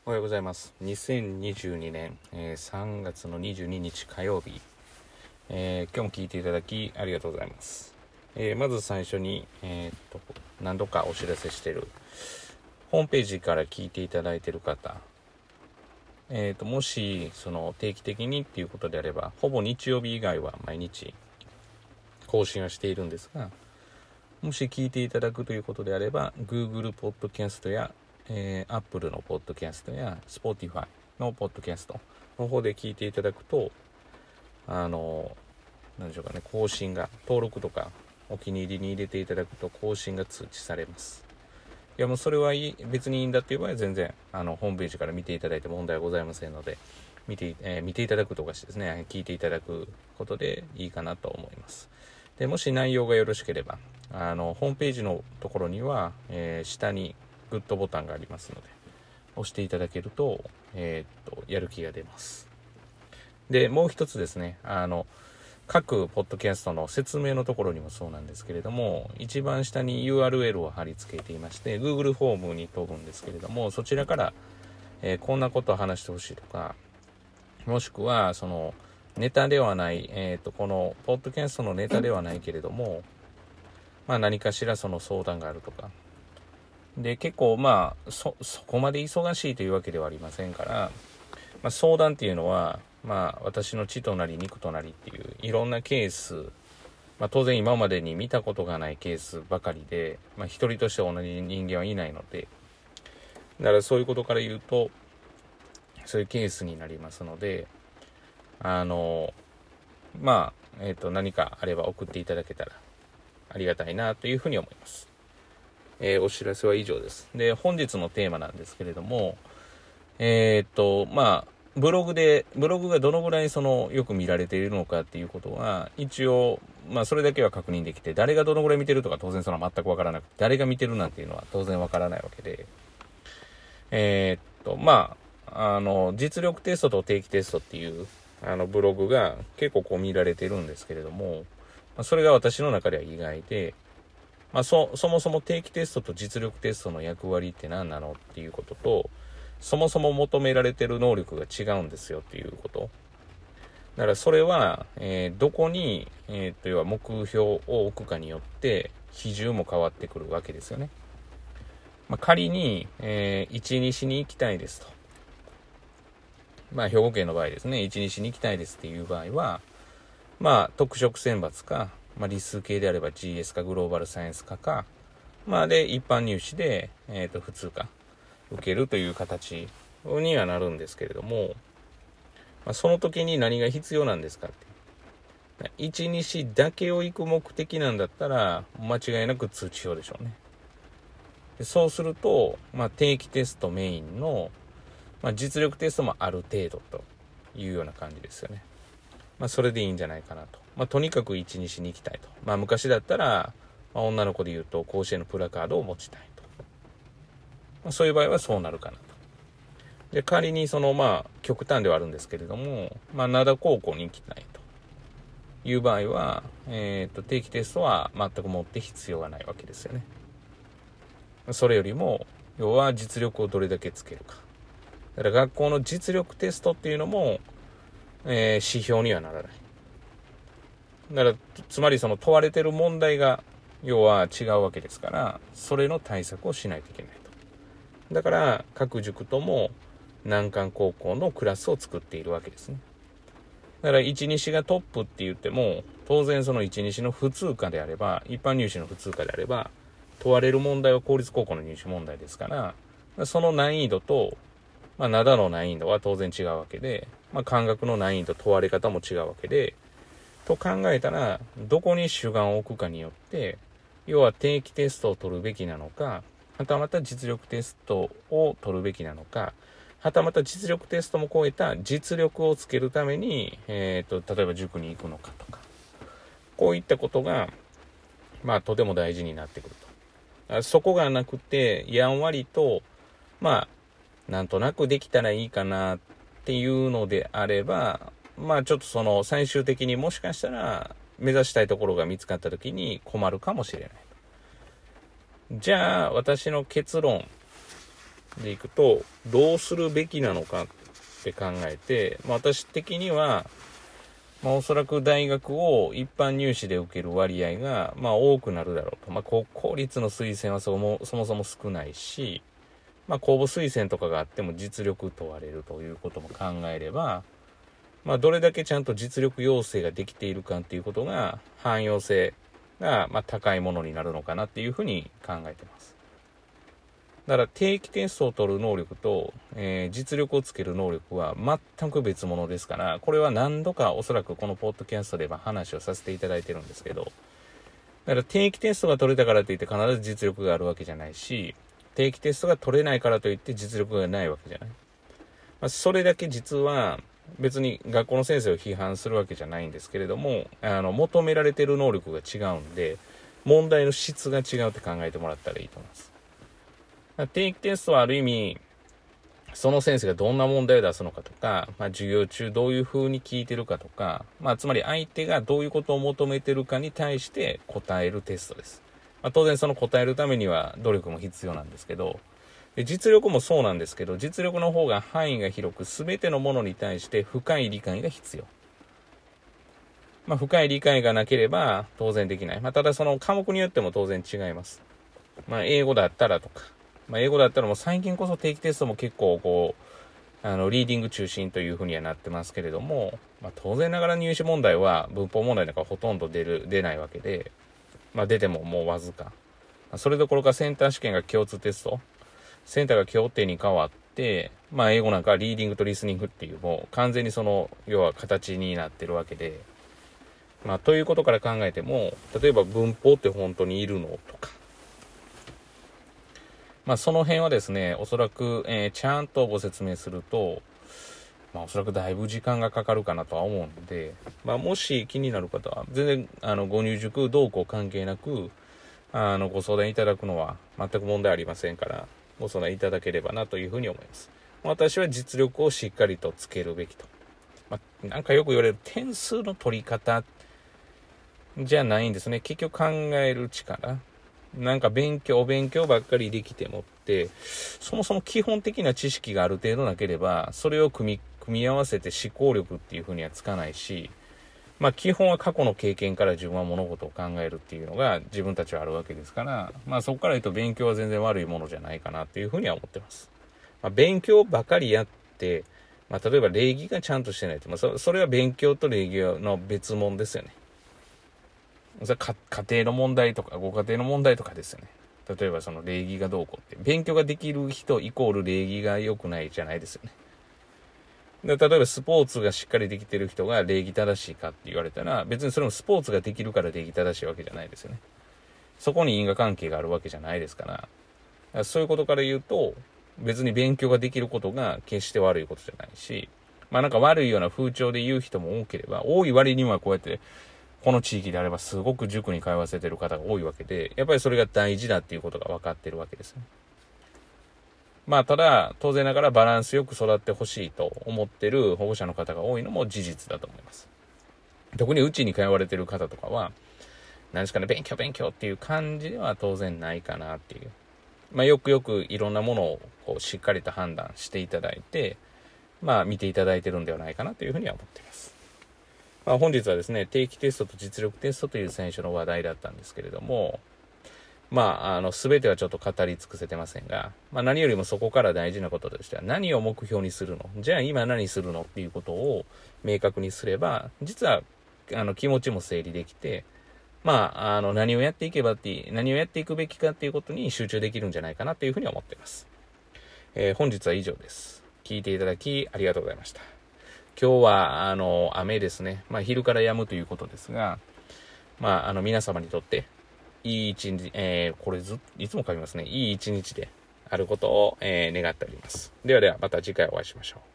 おはようございます。2022年、3月の22日火曜日、今日も聞いていただきありがとうございます。まず最初に、何度かお知らせしているホームページから聞いていただいている方、もしその定期的にっていうことであれば、ほぼ日曜日以外は毎日更新はしているんですが、もし聞いていただくということであれば Google ポッドキャストやApple のポッドキャストや Spotify のポッドキャストの方で聞いていただくと何でしょうかね、更新が登録とかお気に入りに入れていただくと更新が通知されます。いやもうそれはいい、別にいいんだっていう場合は全然ホームページから見ていただいて問題はございませんので見ていただくとかしてですね、聞いていただくことでいいかなと思います。でもし内容がよろしければホームページのところには、下にグッドボタンがありますので押していただけると、やる気が出ます。でもう一つですね、各ポッドキャストの説明のところにもそうなんですけれども、一番下に URL を貼り付けていまして Google フォームに飛ぶんですけれども、そちらから、こんなことを話してほしいとか、もしくはそのネタではない、このポッドキャストのネタではないけれども、何かしらその相談があるとかで、結構そこまで忙しいというわけではありませんから、相談っていうのは私の血となり肉となりっていういろんなケース、当然今までに見たことがないケースばかりで、一人として同じ人間はいないので、だからそういうことから言うとそういうケースになりますので、何かあれば送っていただけたらありがたいなというふうに思います。お知らせは以上です。で、本日のテーマなんですけれども、ブログがどのぐらいよく見られているのかっていうことは、一応、それだけは確認できて、誰がどのぐらい見てるとか当然それは全くわからなくて、誰が見てるなんていうのは当然わからないわけで、実力テストと定期テストっていう、ブログが結構見られてるんですけれども、それが私の中では意外で、そもそも定期テストと実力テストの役割って何なのっていうことと、そもそも求められてる能力が違うんですよっていうこと。だからそれは、どこに、要は目標を置くかによって比重も変わってくるわけですよね。仮に、1日に行きたいですと。兵庫県の場合ですね、1日に行きたいですっていう場合は、特色選抜か、理数系であれば GS かグローバルサイエンス科か、で一般入試で、普通科受けるという形にはなるんですけれども、その時に何が必要なんですかって。1日だけを行く目的なんだったら間違いなく通知表でしょうね。でそうすると、定期テストメインの、実力テストもある程度というような感じですよね。それでいいんじゃないかなと。とにかく1日に行きたいと。昔だったら、女の子で言うと甲子園のプラカードを持ちたいと。そういう場合はそうなるかなと。で、仮に極端ではあるんですけれども、灘高校に行きたいという場合は、定期テストは全くもって必要がないわけですよね。それよりも、要は実力をどれだけつけるか。だから学校の実力テストっていうのも、指標にはならない。だからつまり問われてる問題が要は違うわけですから、それの対策をしないといけないと。だから各塾とも難関高校のクラスを作っているわけですね。だから1日がトップって言っても、当然その1日の普通科であれば、一般入試の普通科であれば問われる問題は公立高校の入試問題ですから、その難易度と灘の難易度は当然違うわけで、漢学の難易度問われ方も違うわけで、と考えたらどこに主眼を置くかによって、要は定期テストを取るべきなのか、はたまた実力テストを取るべきなのか、はたまた実力テストも超えた実力をつけるために、例えば塾に行くのかとか、こういったことがとても大事になってくると。そこがなくてやんわりとなんとなくできたらいいかなっていうのであれば、ちょっと最終的にもしかしたら目指したいところが見つかった時に困るかもしれない。じゃあ私の結論でいくと、どうするべきなのかって考えて、私的には、おそらく大学を一般入試で受ける割合が、多くなるだろうと。国公立の推薦はそもそも少ないし、公募推薦とかがあっても実力問われるということも考えれば、どれだけちゃんと実力要請ができているかっていうことが、汎用性が、高いものになるのかなっていうふうに考えてます。だから定期テストを取る能力と、実力をつける能力は全く別物ですから、これは何度かおそらくこのポッドキャストで話をさせていただいてるんですけど、だから定期テストが取れたからといって必ず実力があるわけじゃないし、定期テストが取れないからといって実力がないわけじゃない。それだけ実は別に学校の先生を批判するわけじゃないんですけれども、求められている能力が違うんで、問題の質が違うって考えてもらったらいいと思います。定期テストはある意味、その先生がどんな問題を出すのかとか、授業中どういう風に聞いてるかとか、つまり相手がどういうことを求めてるかに対して答えるテストです。当然その答えるためには努力も必要なんですけど、実力もそうなんですけど、実力の方が範囲が広く、全てのものに対して深い理解が必要。深い理解がなければ当然できない。ただその科目によっても当然違います。英語だったらとか、英語だったらもう最近こそ定期テストも結構リーディング中心というふうにはなってますけれども、当然ながら入試問題は文法問題なんかほとんど出ないわけで、出てももうわずか。それどころかセンター試験が共通テスト、センターが協定に変わって、英語なんかはリーディングとリスニングっていうもう完全に要は形になってるわけで、ということから考えても、例えば文法って本当にいるのとか、その辺はですね、おそらく、ちゃんとご説明すると、おそらくだいぶ時間がかかるかなとは思うので、もし気になる方は、全然、ご入塾動向関係なく、ご相談いただくのは全く問題ありませんから、ご相談いただければなというふうに思います。私は実力をしっかりとつけるべきと。なんかよく言われる点数の取り方じゃないんですね。結局考える力。なんか勉強ばっかりできてもって、そもそも基本的な知識がある程度なければ、それを組み合わせて思考力っていう風にはつかないし、基本は過去の経験から自分は物事を考えるっていうのが自分たちはあるわけですから、そこから言うと勉強は全然悪いものじゃないかなっていう風には思ってます。勉強ばかりやって、例えば礼儀がちゃんとしてないと、それは勉強と礼儀の別物ですよね。それ家庭の問題とか、ご家庭の問題とかですよね。例えばその礼儀がどうこうって。勉強ができる人イコール礼儀が良くないじゃないですよね。例えばスポーツがしっかりできてる人が礼儀正しいかって言われたら、別にそれもスポーツができるから礼儀正しいわけじゃないですよね。そこに因果関係があるわけじゃないですから、そういうことから言うと、別に勉強ができることが決して悪いことじゃないし、なんか悪いような風潮で言う人も多ければ、多い割にはこうやって、この地域であればすごく塾に通わせてる方が多いわけで、やっぱりそれが大事だっていうことが分かってるわけですね。ただ、当然ながらバランスよく育ってほしいと思ってる保護者の方が多いのも事実だと思います。特にうちに通われてる方とかは、何ですかね、勉強っていう感じでは当然ないかなっていう。よくいろんなものをしっかりと判断していただいて、見ていただいてるんではないかなというふうには思っています。本日はですね、定期テストと実力テストという最初の話題だったんですけれども、すべてはちょっと語り尽くせてませんが、何よりもそこから大事なこととしては、何を目標にするの？じゃあ今何するのっていうことを明確にすれば、実は、気持ちも整理できて、何をやっていくべきかっていうことに集中できるんじゃないかなというふうに思っています。本日は以上です。聞いていただきありがとうございました。今日は、雨ですね。昼から止むということですが、皆様にとって、いい一日、いつも書きますね。いい一日であることを、願っております。ではまた次回お会いしましょう。